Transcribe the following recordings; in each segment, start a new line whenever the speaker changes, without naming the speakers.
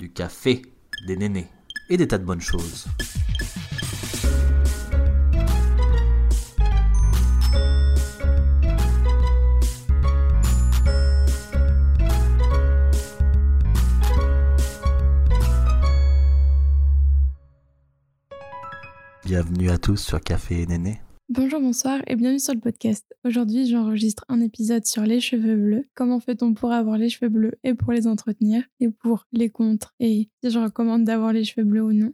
du café, des nénés et des tas de bonnes choses. Bienvenue à tous sur Café et Néné.
Bonjour, bonsoir et bienvenue sur le podcast. Aujourd'hui, j'enregistre un épisode sur les cheveux bleus. Comment fait-on pour avoir les cheveux bleus et pour les entretenir et pour les contre et si je recommande d'avoir les cheveux bleus ou non.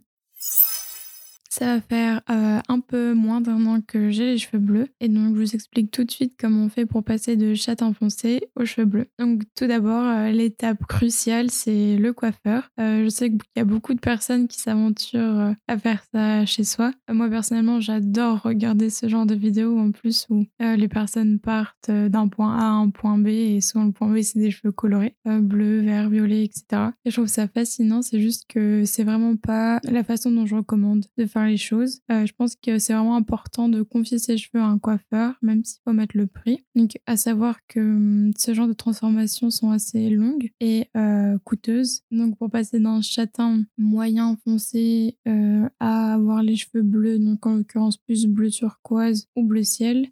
Ça va faire un peu moins d'un an que j'ai les cheveux bleus et donc je vous explique tout de suite comment on fait pour passer de châtain foncé aux cheveux bleus. Donc tout d'abord, l'étape cruciale, c'est le coiffeur. Je sais qu'il y a beaucoup de personnes qui s'aventurent à faire ça chez soi. Moi personnellement, j'adore regarder ce genre de vidéos en plus où les personnes partent d'un point A à un point B et souvent le point B c'est des cheveux colorés, bleu, vert, violet, etc. Et je trouve ça fascinant, c'est juste que c'est vraiment pas la façon dont je recommande de faire les choses. Je pense que c'est vraiment important de confier ses cheveux à un coiffeur, même s'il faut mettre le prix. Donc, à savoir que ce genre de transformations sont assez longues et coûteuses. Donc, pour passer d'un châtain moyen foncé à avoir les cheveux bleus, donc en l'occurrence plus bleu turquoise ou bleu ciel,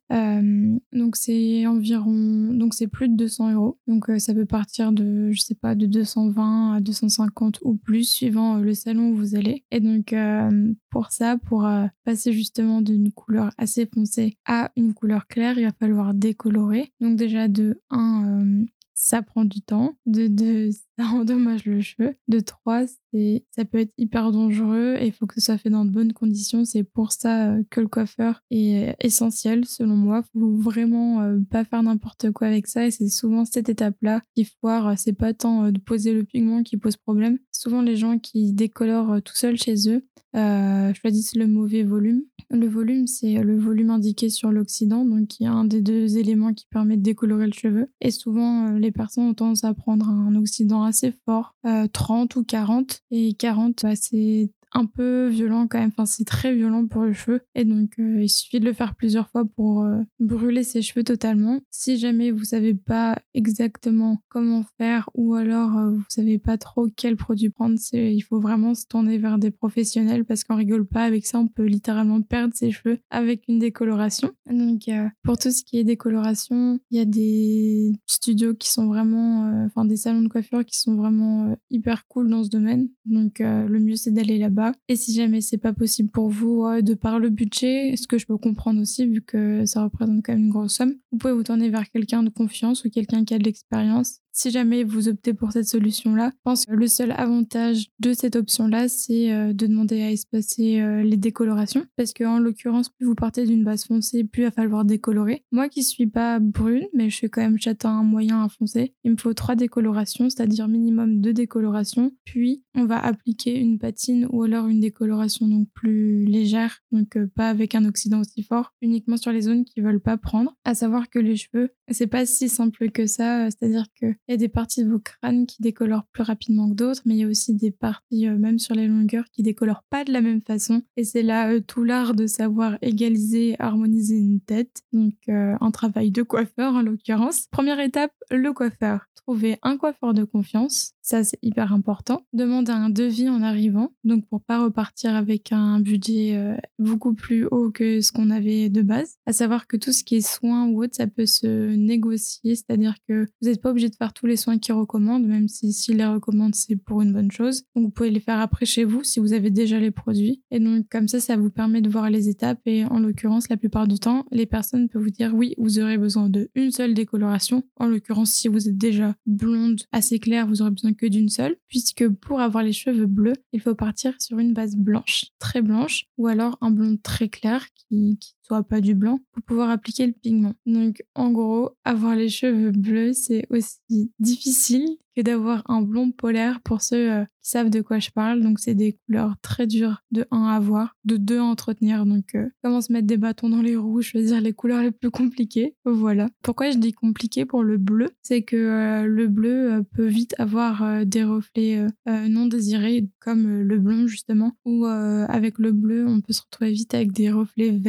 donc c'est environ, donc c'est plus de 200 €. Donc, ça peut partir de, je sais pas, de 220 à 250 ou plus, suivant le salon où vous allez. Et donc, pour ça, pour passer justement d'une couleur assez foncée à une couleur claire, il va falloir décolorer. Donc déjà de 1, ça prend du temps. De 2, ça endommage le cheveu. De 3, ça peut être hyper dangereux et il faut que ce soit fait dans de bonnes conditions. C'est pour ça que le coiffeur est essentiel selon moi. Il faut vraiment pas faire n'importe quoi avec ça et c'est souvent cette étape-là qui foire. C'est pas tant de poser le pigment qui pose problème. Souvent les gens qui décolorent tout seuls chez eux choisissent le mauvais volume. Le volume, c'est le volume indiqué sur l'oxydant, donc il y a un des deux éléments qui permet de décolorer le cheveu. Et souvent, les personnes ont tendance à prendre un oxydant assez fort, 30 ou 40. Et 40, c'est un peu violent quand même, enfin c'est très violent pour le cheveu et donc il suffit de le faire plusieurs fois pour brûler ses cheveux totalement. Si jamais vous savez pas exactement comment faire ou alors vous savez pas trop quel produit prendre, il faut vraiment se tourner vers des professionnels parce qu'on rigole pas avec ça, on peut littéralement perdre ses cheveux avec une décoloration. Donc pour tout ce qui est décoloration, il y a des studios qui sont vraiment, des salons de coiffure qui sont vraiment hyper cool dans ce domaine. Donc le mieux c'est d'aller là-bas. Et si jamais c'est pas possible pour vous de par le budget, ce que je peux comprendre aussi vu que ça représente quand même une grosse somme, vous pouvez vous tourner vers quelqu'un de confiance ou quelqu'un qui a de l'expérience. Si jamais vous optez pour cette solution-là, je pense que le seul avantage de cette option-là, c'est de demander à espacer les décolorations. Parce qu'en l'occurrence, plus vous partez d'une base foncée, plus il va falloir décolorer. Moi qui suis pas brune, mais je suis quand même châtain moyen à foncé, il me faut 3 décolorations, c'est-à-dire minimum 2 décolorations. Puis, on va appliquer une patine ou alors une décoloration donc plus légère, donc pas avec un oxydant aussi fort, uniquement sur les zones qui veulent pas prendre. À savoir que les cheveux, c'est pas si simple que ça, c'est-à-dire que il y a des parties de vos crânes qui décolorent plus rapidement que d'autres, mais il y a aussi des parties, même sur les longueurs, qui décolorent pas de la même façon. Et c'est là tout l'art de savoir égaliser, harmoniser une tête. Donc un travail de coiffeur en l'occurrence. Première étape, le coiffeur. Trouver un coiffeur de confiance. Ça, c'est hyper important. Demandez un devis en arrivant, donc pour pas repartir avec un budget beaucoup plus haut que ce qu'on avait de base. À savoir que tout ce qui est soins ou autre, ça peut se négocier, c'est-à-dire que vous n'êtes pas obligé de faire tous les soins qu'ils recommandent, même si s'ils les recommandent, c'est pour une bonne chose. Donc vous pouvez les faire après chez vous si vous avez déjà les produits. Et donc comme ça vous permet de voir les étapes et en l'occurrence, la plupart du temps, les personnes peuvent vous dire oui, vous aurez besoin d'une seule décoloration. En l'occurrence, si vous êtes déjà blonde assez claire, vous aurez besoin que d'une seule, puisque pour avoir les cheveux bleus, il faut partir sur une base blanche, très blanche, ou alors un blond très clair qui soit pas du blanc, pour pouvoir appliquer le pigment. Donc en gros, avoir les cheveux bleus, c'est aussi difficile que d'avoir un blond polaire pour ceux qui savent de quoi je parle. Donc c'est des couleurs très dures de 1 à avoir, de 2 à entretenir. Donc comment se mettre des bâtons dans les roues, choisir les couleurs les plus compliquées. Voilà. Pourquoi je dis compliqué pour le bleu? C'est que le bleu peut vite avoir des reflets non désirés comme le blond justement. Ou avec le bleu, on peut se retrouver vite avec des reflets verts qui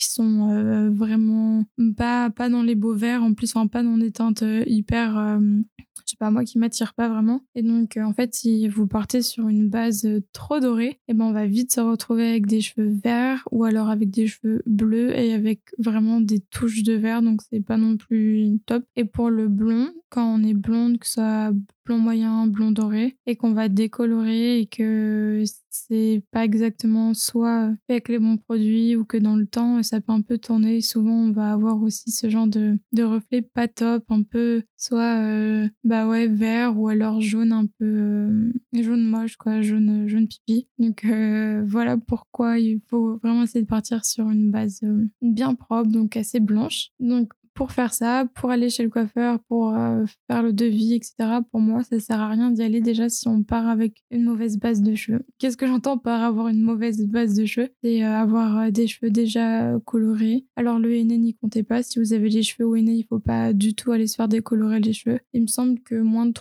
qui sont vraiment pas dans les beaux verts, en plus, enfin pas dans des teintes hyper je sais pas, moi qui m'attire pas vraiment. Et donc, en fait, si vous partez sur une base trop dorée, et ben on va vite se retrouver avec des cheveux verts ou alors avec des cheveux bleus et avec vraiment des touches de vert, donc c'est pas non plus top. Et pour le blond, quand on est blonde, que ce soit blond moyen, blond doré, et qu'on va décolorer et que c'est pas exactement soit fait avec les bons produits ou que dans le temps ça peut un peu tourner. Souvent on va avoir aussi ce genre de reflet pas top, un peu soit bah ouais vert ou alors jaune un peu jaune moche quoi, jaune pipi. Donc voilà pourquoi il faut vraiment essayer de partir sur une base bien propre, donc assez blanche. Donc pour faire ça, pour aller chez le coiffeur, pour faire le devis, etc., pour moi, ça sert à rien d'y aller déjà si on part avec une mauvaise base de cheveux. Qu'est-ce que j'entends par avoir une mauvaise base de cheveux? C'est avoir des cheveux déjà colorés. Alors le henné, n'y comptez pas. Si vous avez les cheveux au henné, il faut pas du tout aller se faire décolorer les cheveux. Il me semble que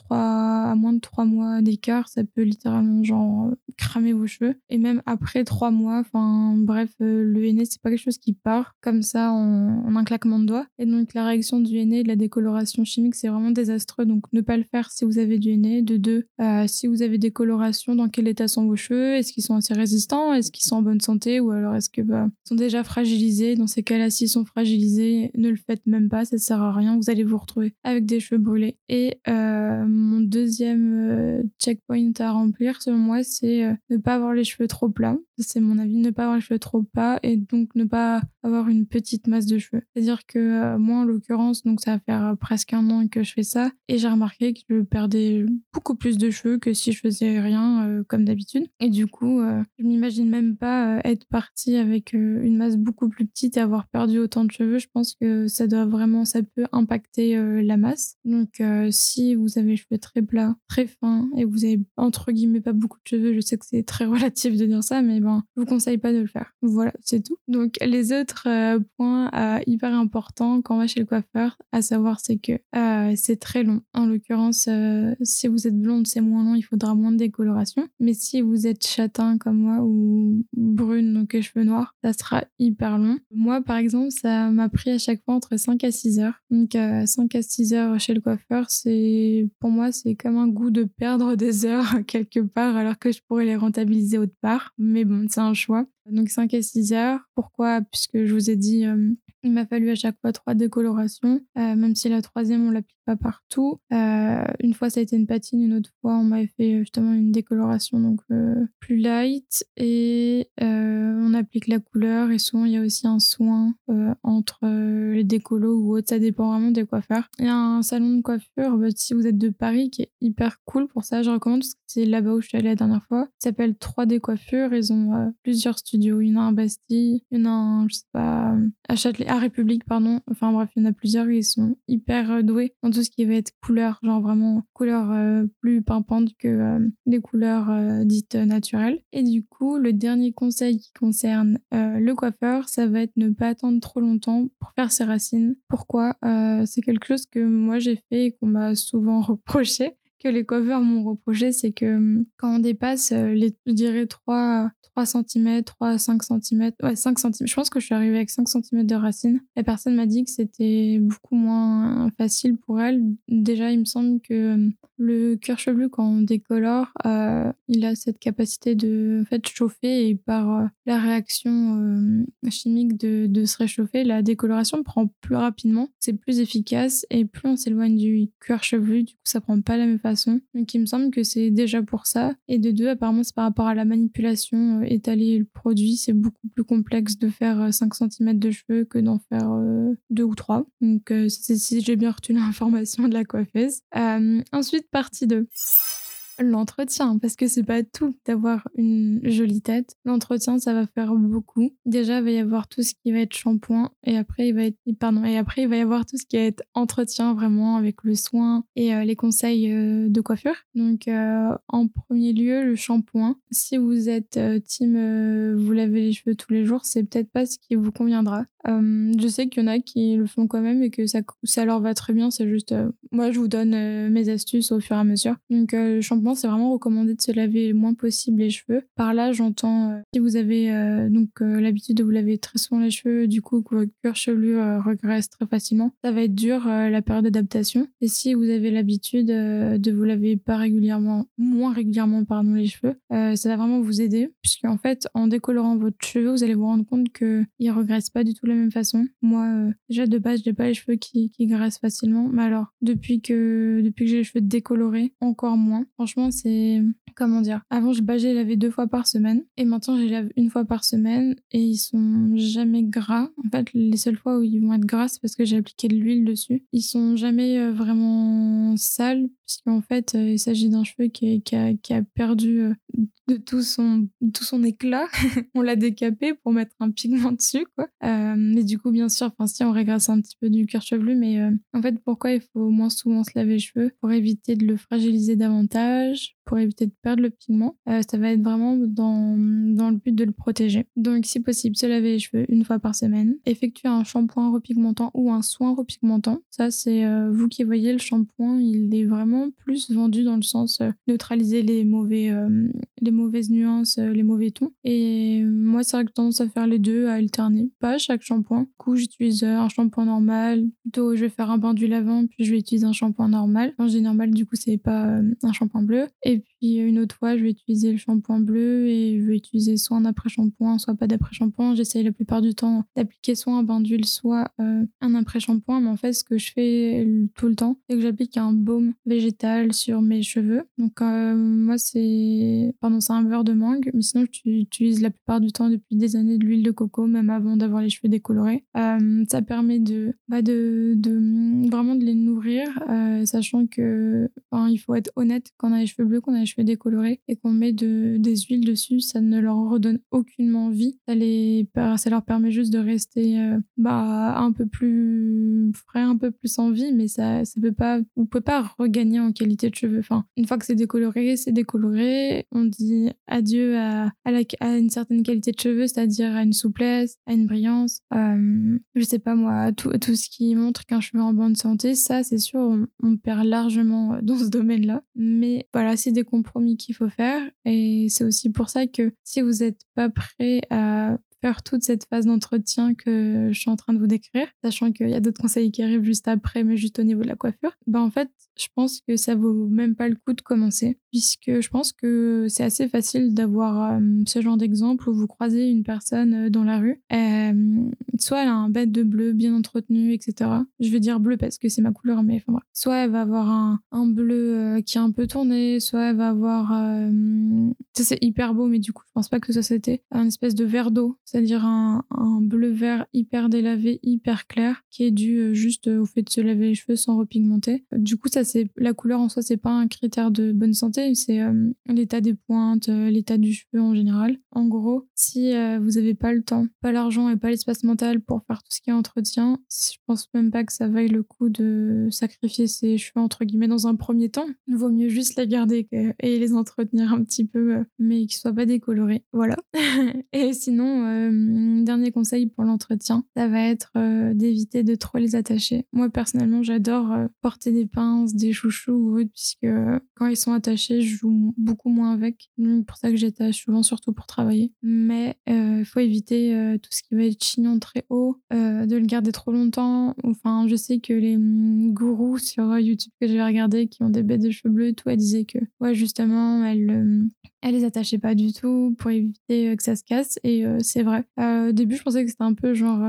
à moins de 3 mois d'écart, ça peut littéralement genre cramer vos cheveux. Et même après 3 mois, enfin bref, le henné, c'est pas quelque chose qui part comme ça en un claquement de doigts. Et donc la réaction du henné et de la décoloration chimique, c'est vraiment désastreux. Donc ne pas le faire si vous avez du henné. De deux, si vous avez des colorations, dans quel état sont vos cheveux? Est-ce qu'ils sont assez résistants? Est-ce qu'ils sont en bonne santé? Ou alors est-ce que ils sont déjà fragilisés? Dans ces cas-là, s'ils sont fragilisés, ne le faites même pas, ça sert à rien. Vous allez vous retrouver avec des cheveux brûlés. Et mon deuxième checkpoint à remplir, selon moi, c'est ne pas avoir les cheveux trop plats. C'est mon avis, ne pas avoir les cheveux trop plats et donc ne pas avoir une petite masse de cheveux. C'est-à-dire que moi, en l'occurrence, donc ça va faire presque 1 an que je fais ça et j'ai remarqué que je perdais beaucoup plus de cheveux que si je faisais rien comme d'habitude. Et du coup, je m'imagine même pas être partie avec une masse beaucoup plus petite et avoir perdu autant de cheveux. Je pense que ça peut impacter la masse. Donc si vous avez les cheveux très plats, très fins et vous avez entre guillemets pas beaucoup de cheveux, je sais que c'est très relatif de dire ça, mais je vous conseille pas de le faire. Voilà, c'est tout. Donc les autres points hyper importants quand on va chez le coiffeur, à savoir c'est que c'est très long. En l'occurrence, si vous êtes blonde, c'est moins long, il faudra moins de décoloration. Mais si vous êtes châtain comme moi ou brune, donc les cheveux noirs, ça sera hyper long. Moi, par exemple, ça m'a pris à chaque fois entre 5 à 6 heures. Donc 5 à 6 heures chez le coiffeur, pour moi, c'est comme un goût de perdre des heures quelque part, alors que je pourrais les rentabiliser autre part. Mais bon, c'est un choix. Donc 5 à 6 heures. Pourquoi? Puisque je vous ai dit, il m'a fallu à chaque fois 3 décolorations, même si la troisième, on l'applique pas partout. Une fois, ça a été une patine, une autre fois, on m'avait fait justement une décoloration donc plus light et on applique la couleur et souvent, il y a aussi un soin entre les décolos ou autres, ça dépend vraiment des coiffeurs. Il y a un salon de coiffure, si vous êtes de Paris, qui est hyper cool pour ça, je recommande parce que c'est là-bas où je suis allée la dernière fois. Ça s'appelle 3D Coiffure, ils ont plusieurs studios. Il y en a un à Bastille, il y en a un, je sais pas, à Châtelet, à République, pardon. Enfin bref, il y en a plusieurs, ils sont hyper doués dans tout ce qui va être couleur, genre vraiment couleur plus pimpante que les couleurs dites naturelles. Et du coup, le dernier conseil qui concerne le coiffeur, ça va être ne pas attendre trop longtemps pour faire ses racines. Pourquoi? C'est quelque chose que moi j'ai fait et qu'on m'a souvent reproché, que les coiffeurs m'ont reproché, c'est que quand on dépasse je dirais 3 cm, 3 à 5 cm, ouais 5 cm, je pense que je suis arrivée avec 5 cm de racines. La personne m'a dit que c'était beaucoup moins facile pour elle. Déjà, il me semble que le cuir chevelu, quand on décolore, il a cette capacité de en fait, chauffer et par la réaction chimique de se réchauffer, la décoloration prend plus rapidement, c'est plus efficace et plus on s'éloigne du cuir chevelu, du coup ça prend pas la même façon. Donc il me semble que c'est déjà pour ça. Et de deux, apparemment c'est par rapport à la manipulation, étaler le produit, c'est beaucoup plus complexe de faire 5 cm de cheveux que d'en faire 2 ou 3. Donc c'est si j'ai bien retenu l'information de la coiffeuse. Ensuite, partie 2. L'entretien, parce que c'est pas tout d'avoir une jolie tête. L'entretien, ça va faire beaucoup. Déjà, il va y avoir tout ce qui va être shampoing et après, il va y avoir tout ce qui va être entretien vraiment avec le soin et les conseils de coiffure. Donc, en premier lieu, le shampoing. Si vous êtes team vous lavez les cheveux tous les jours, c'est peut-être pas ce qui vous conviendra. Je sais qu'il y en a qui le font quand même et que ça leur va très bien. C'est juste, moi, je vous donne mes astuces au fur et à mesure. Donc, le shampoing shampoing, c'est vraiment recommandé de se laver le moins possible les cheveux. Par là, j'entends si vous avez l'habitude de vous laver très souvent les cheveux, du coup que votre cuir chevelu regresse très facilement, ça va être dur la période d'adaptation. Et si vous avez l'habitude de vous laver moins régulièrement les cheveux, ça va vraiment vous aider, puisqu'en fait, en décolorant votre cheveu, vous allez vous rendre compte qu'ils ne regressent pas du tout de la même façon. Moi, déjà de base, j'ai pas les cheveux qui graissent facilement, mais alors depuis que j'ai les cheveux décolorés, encore moins. Franchement, c'est... Comment dire? Avant, je les lavais 2 fois par semaine et maintenant, je les lave 1 fois par semaine et ils sont jamais gras. En fait, les seules fois où ils vont être gras, c'est parce que j'ai appliqué de l'huile dessus. Ils sont jamais vraiment sales puisqu'en fait, il s'agit d'un cheveu qui a perdu de tout son éclat. On l'a décapé pour mettre un pigment dessus, quoi. Mais du coup, bien sûr, si on régresse un petit peu du cuir chevelu, mais en fait, pourquoi il faut moins souvent se laver les cheveux? Pour éviter de le fragiliser davantage, pour éviter de perdre le pigment. Ça va être vraiment dans le but de le protéger. Donc, si possible, se laver les cheveux 1 fois par semaine. Effectuer un shampoing repigmentant ou un soin repigmentant. Ça, c'est vous qui voyez, le shampoing, il est vraiment plus vendu dans le sens neutraliser les mauvaises nuances, les mauvais tons. Et moi, c'est vrai que j'ai tendance à faire les deux, à alterner. Pas à chaque shampoing. Du coup, j'utilise un shampoing normal. Plutôt, je vais faire un bain d'huile avant, puis je vais utiliser un shampoing normal. Quand je dis normal, du coup, c'est pas un shampoing bleu. Et puis, une autre fois, je vais utiliser le shampoing bleu et je vais utiliser soit un après-shampoing, soit pas d'après-shampoing. J'essaye la plupart du temps d'appliquer soit un bain d'huile, soit un après-shampoing. Mais en fait, ce que je fais tout le temps, c'est que j'applique un baume végétal sur mes cheveux. Donc, moi, c'est un beurre de mangue. Mais sinon, j'utilise la plupart du temps depuis des années de l'huile de coco, même avant d'avoir les cheveux décolorés. Ça permet de vraiment de les nourrir, sachant que il faut être honnête, quand on a les cheveux bleus, qu'on a les cheveux décolorés et qu'on met des huiles dessus, ça ne leur redonne aucunement vie. Ça leur permet juste de rester un peu plus frais, un peu plus en vie, mais vous pouvez pas regagner en qualité de cheveux. Une fois que c'est décoloré, on dit adieu à une certaine qualité de cheveux, c'est-à-dire à une souplesse, à une brillance, je sais pas moi, tout ce qui montre qu'un cheveu est en bonne santé. Ça, c'est sûr, on perd largement dans ce domaine-là. Mais voilà, c'est des compromis qu'il faut faire. Et c'est aussi pour ça que si vous n'êtes pas prêt à faire toute cette phase d'entretien que je suis en train de vous décrire, sachant qu'il y a d'autres conseils qui arrivent juste après, mais juste au niveau de la coiffure, en fait, je pense que ça vaut même pas le coup de commencer, puisque je pense que c'est assez facile d'avoir ce genre d'exemple où vous croisez une personne dans la rue, soit elle a un bête de bleu bien entretenu, etc. Je vais dire bleu parce que c'est ma couleur, mais enfin bref. Soit elle va avoir un bleu qui est un peu tourné, soit elle va avoir... ça c'est hyper beau, mais du coup je pense pas que ça c'était un espèce de verre d'eau, c'est-à-dire un bleu-vert hyper délavé, hyper clair, qui est dû juste au fait de se laver les cheveux sans repigmenter. Du coup, ça, c'est la couleur en soi, c'est pas un critère de bonne santé, c'est l'état des pointes, l'état du cheveu en général. En gros, si vous avez pas le temps, pas l'argent et pas l'espace mental pour faire tout ce qui est entretien, je pense même pas que ça vaille le coup de sacrifier ses cheveux entre guillemets dans un premier temps. Il vaut mieux juste les garder et les entretenir un petit peu, mais qu'ils soient pas décolorés. Voilà. Et sinon, dernier conseil pour l'entretien, ça va être d'éviter de trop les attacher. Moi, personnellement, j'adore porter des pinces, des chouchous ou autres, puisque quand ils sont attachés, je joue beaucoup moins avec. C'est pour ça que j'attache souvent, surtout pour travailler. Mais il faut éviter tout ce qui va être chignon très haut, de le garder trop longtemps. Enfin, je sais que les gourous sur YouTube que j'ai regardé qui ont des bêtes de cheveux bleus et tout, elles disaient que, ouais, justement, elles les attachaient pas du tout pour éviter que ça se casse. Et c'est vrai. Au début, je pensais que c'était un peu genre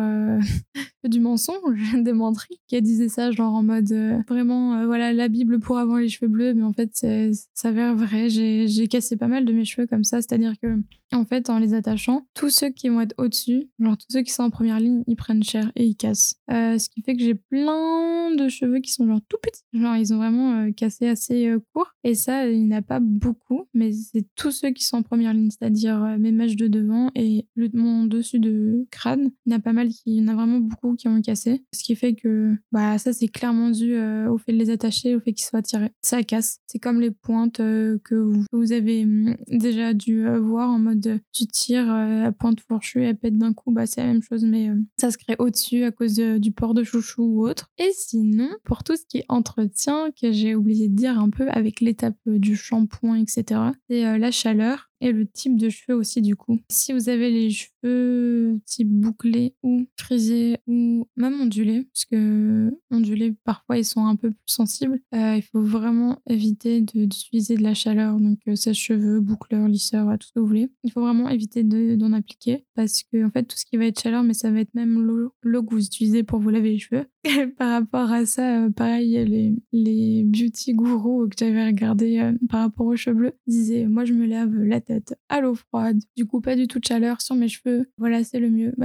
du mensonge, des menteries, qui disaient ça, genre en mode vraiment, voilà, la Bible pour avoir les cheveux bleus. Mais en fait, ça s'avère vrai. J'ai cassé pas mal de mes cheveux comme ça. C'est-à-dire que, en fait, en les attachant, tous ceux qui vont être au-dessus, genre tous ceux qui sont en première ligne, ils prennent cher et ils cassent. Ce qui fait que j'ai plein de cheveux qui sont genre tout petits. Genre, ils ont vraiment cassé assez court. Et ça, il n'y en a pas beaucoup, mais c'est tout tous ceux qui sont en première ligne, c'est-à-dire mes mèches de devant et mon dessus de crâne. Il y en a vraiment beaucoup qui ont cassé. Ce qui fait que ça, c'est clairement dû au fait de les attacher, au fait qu'ils soient tirés. Ça casse. C'est comme les pointes que vous avez déjà dû voir en mode tu tires à pointe fourchue et elle pète d'un coup. C'est la même chose, mais ça se crée au-dessus à cause du port de chouchou ou autre. Et sinon, pour tout ce qui est entretien, que j'ai oublié de dire un peu avec l'étape du shampoing, etc., c'est la chaleur et le type de cheveux aussi du coup. Si vous avez les cheveux type bouclés ou frisés ou même ondulés, parce que ondulés parfois ils sont un peu plus sensibles, il faut vraiment éviter d'utiliser de la chaleur, donc sèche-cheveux, boucleur, lisseur, tout ce que vous voulez. Il faut vraiment éviter d'en appliquer parce que en fait tout ce qui va être chaleur, mais ça va être même l'eau que vous utilisez pour vous laver les cheveux. Par rapport à ça, pareil, les beauty gourous que j'avais regardé par rapport aux cheveux bleus disaient moi je me lave la tête à l'eau froide, du coup pas du tout de chaleur sur mes cheveux, voilà c'est le mieux.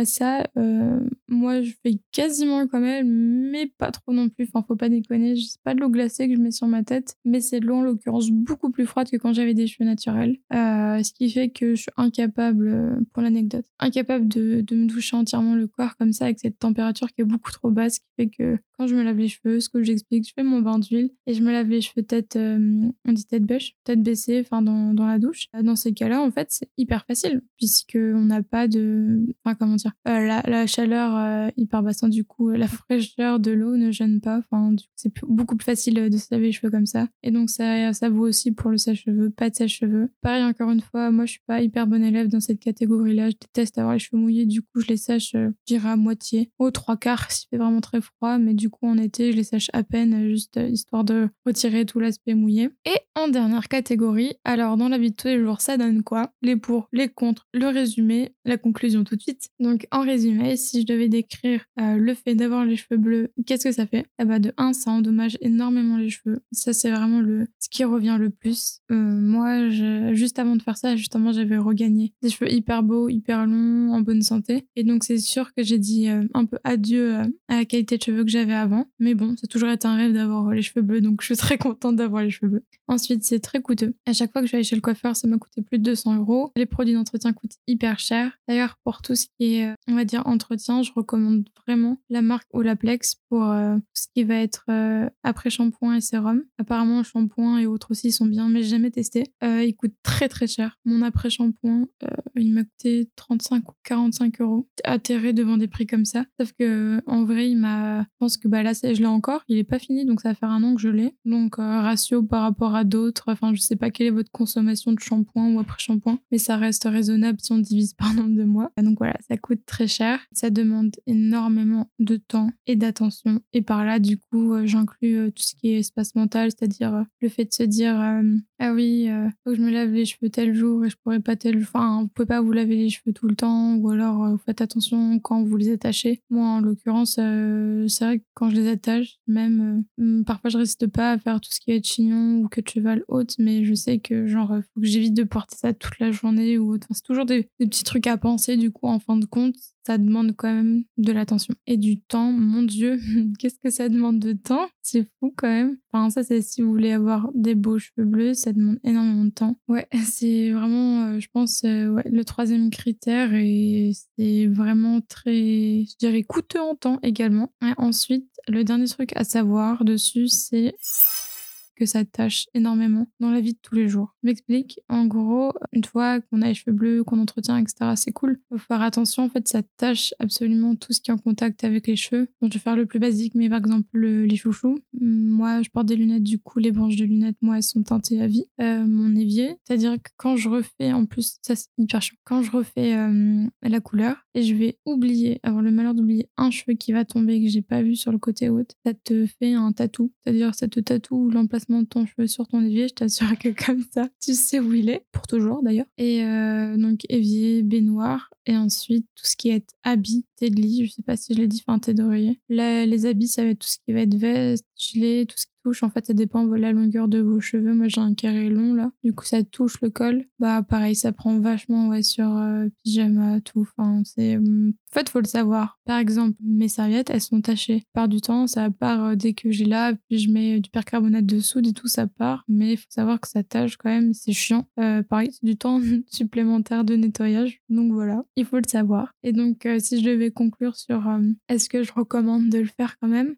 Moi je fais quasiment quand même, mais pas trop non plus, enfin faut pas déconner, c'est pas de l'eau glacée que je mets sur ma tête, mais c'est de l'eau en l'occurrence beaucoup plus froide que quand j'avais des cheveux naturels, ce qui fait que je suis incapable, pour l'anecdote, incapable de me doucher entièrement le corps comme ça avec cette température qui est beaucoup trop basse, qui fait que quand je me lave les cheveux, ce que j'explique, je fais mon bain d'huile et je me lave les cheveux tête, on dit tête bêche, tête baissée, enfin dans la douche. Dans ces cas-là, en fait, c'est hyper facile puisqu'on n'a pas de... Enfin, comment dire, la chaleur hyper basse, du coup, la fraîcheur de l'eau ne gêne pas. Enfin, c'est beaucoup plus facile de se laver les cheveux comme ça. Et donc, ça vaut aussi pour le sèche-cheveux, pas de sèche-cheveux. Pareil, encore une fois, moi, je suis pas hyper bonne élève dans cette catégorie-là. Je déteste avoir les cheveux mouillés. Du coup, je les sèche, je dirais à moitié, aux 3/4 s'il fait vraiment très froid. Mais du coup, en été, je les sèche à peine, juste histoire de retirer tout l'aspect mouillé. Et en dernière catégorie, alors dans la vie de tous les jours, ça donne quoi? Les pour, les contre, le résumé, la conclusion tout de suite. Donc en résumé, si je devais décrire le fait d'avoir les cheveux bleus, qu'est-ce que ça fait? De 1, ça endommage énormément les cheveux. Ça, c'est vraiment ce qui revient le plus. Moi, juste avant de faire ça, justement, j'avais regagné des cheveux hyper beaux, hyper longs, en bonne santé. Et donc c'est sûr que j'ai dit un peu adieu à la qualité de cheveux que j'avais avant. Mais bon, ça a toujours été un rêve d'avoir les cheveux bleus, donc je suis très contente d'avoir les cheveux bleus. Ensuite, c'est très coûteux. À chaque fois que je vais aller chez le coiffeur, ça m'a coûté plus de 200 €. Les produits d'entretien coûtent hyper cher. D'ailleurs, pour tout ce qui est, on va dire, entretien, je recommande vraiment la marque Olaplex pour tout ce qui va être après-shampoing et sérum. Apparemment, le shampoing et autres aussi sont bien, mais j'ai jamais testé. Ils coûtent très très cher. Mon après-shampoing, il m'a coûté 35 ou 45 €. Atterré devant des prix comme ça. Sauf que en vrai, je pense que là, je l'ai encore. Il est pas fini, donc ça va faire 1 an que je l'ai. Donc ratio par rapport à d'autres, enfin je sais pas quelle est votre consommation de shampoing ou après-shampoing, mais ça reste raisonnable si on divise par nombre de mois. Donc voilà, ça coûte très cher. Ça demande énormément de temps et d'attention. Et par là, du coup, j'inclus tout ce qui est espace mental, c'est-à-dire le fait de se dire ah oui, faut que je me lave les cheveux tel jour et je pourrais pas tel jour. Enfin, vous pouvez pas vous laver les cheveux tout le temps, ou alors vous faites attention quand vous les attachez. Moi, en l'occurrence, c'est vrai que quand je les attache, même parfois je reste pas à faire tout ce qui est chignon ou queue de cheval haute, mais je sais que faut que j'évite de porter ça toute la journée ou autre. Enfin, c'est toujours des petits trucs à penser, du coup, en fin de compte. Ça demande quand même de l'attention et du temps. Mon Dieu, qu'est-ce que ça demande de temps? C'est fou quand même. Enfin, ça, c'est si vous voulez avoir des beaux cheveux bleus, ça demande énormément de temps. Ouais, c'est vraiment, je pense, le 3e critère et c'est vraiment très, je dirais, coûteux en temps également. Et ensuite, le dernier truc à savoir dessus, c'est que ça tâche énormément dans la vie de tous les jours. Je m'explique. En gros, une fois qu'on a les cheveux bleus, qu'on entretient, etc., c'est cool. Faut faire attention, en fait, ça tâche absolument tout ce qui est en contact avec les cheveux. Donc, je vais faire le plus basique, mais par exemple, les chouchous. Moi, je porte des lunettes, du coup, les branches de lunettes, moi, elles sont teintées à vie. Mon évier, c'est-à-dire que quand je refais, en plus, ça c'est hyper chiant, quand je refais la couleur, et je vais avoir le malheur d'oublier un cheveu qui va tomber que j'ai pas vu sur le côté haut, ça te fait un tatou. C'est-à-dire, ça te tatoue l'emplacement de ton cheveu sur ton évier, je t'assure que comme ça, tu sais où il est, pour toujours d'ailleurs. Et donc évier, baignoire, et ensuite tout ce qui est habits, thé de lit, je sais pas si je l'ai dit, enfin thé d'oreiller. Là, les habits, ça va être tout ce qui va être veste, gilet, tout ce touche, en fait, ça dépend de la longueur de vos cheveux. Moi, j'ai un carré long, là. Du coup, ça touche le col. Bah, pareil, ça prend vachement, ouais, sur pyjama, tout. Enfin, en fait, faut le savoir. Par exemple, mes serviettes, elles sont tachées. Part du temps, ça part dès que j'ai là, puis je mets du percarbonate dessous, et tout, ça part. Mais il faut savoir que ça tâche quand même, c'est chiant. Pareil, c'est du temps supplémentaire de nettoyage. Donc voilà, il faut le savoir. Et donc, si je devais conclure sur est-ce que je recommande de le faire quand même,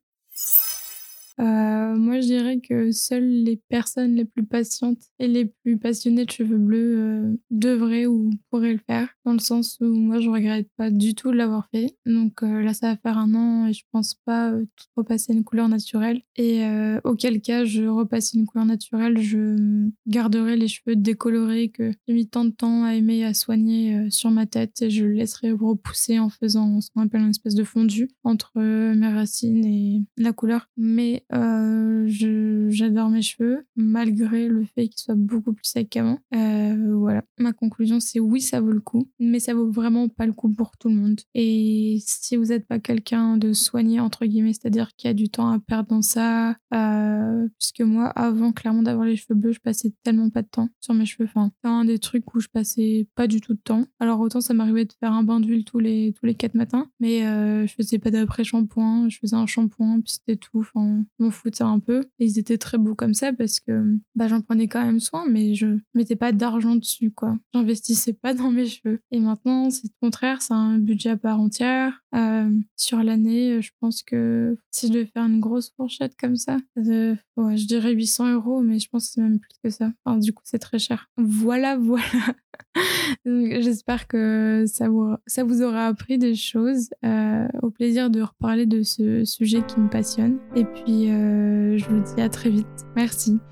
moi, je dirais que seules les personnes les plus patientes et les plus passionnées de cheveux bleus devraient ou pourraient le faire. Dans le sens où moi, je regrette pas du tout de l'avoir fait. Donc là, ça va faire 1 an et je pense pas repasser une couleur naturelle. Et auquel cas, je repasse une couleur naturelle, je garderai les cheveux décolorés que j'ai mis tant de temps à aimer et à soigner sur ma tête et je le laisserai repousser en faisant ce qu'on appelle une espèce de fondu entre mes racines et la couleur. Mais j'adore mes cheveux, malgré le fait qu'ils soient beaucoup plus secs qu'avant. Voilà. Ma conclusion, c'est oui, ça vaut le coup, mais ça vaut vraiment pas le coup pour tout le monde. Et si vous n'êtes pas quelqu'un de soigné, entre guillemets, c'est-à-dire qu'il y a du temps à perdre dans ça, puisque moi, avant clairement d'avoir les cheveux bleus, je passais tellement pas de temps sur mes cheveux. Enfin, c'est un des trucs où je passais pas du tout de temps. Alors autant ça m'arrivait de faire un bain d'huile tous les 4 matins, mais je faisais pas d'après-shampoing, je faisais un shampoing, puis c'était tout. Enfin, je m'en foutais un peu. Et ils étaient très beaux comme ça parce que j'en prenais quand même soin, mais je mettais pas d'argent dessus, quoi. J'investissais pas dans mes cheveux. Et maintenant, c'est le contraire, c'est un budget à part entière. Sur l'année, je pense que si je devais faire une grosse fourchette comme ça, ouais, je dirais 800 €, mais je pense que c'est même plus que ça. Enfin, du coup, c'est très cher. Voilà. Donc, j'espère que ça vous aura appris des choses. Au plaisir de reparler de ce sujet qui me passionne. Et puis, je vous dis à très vite. Merci.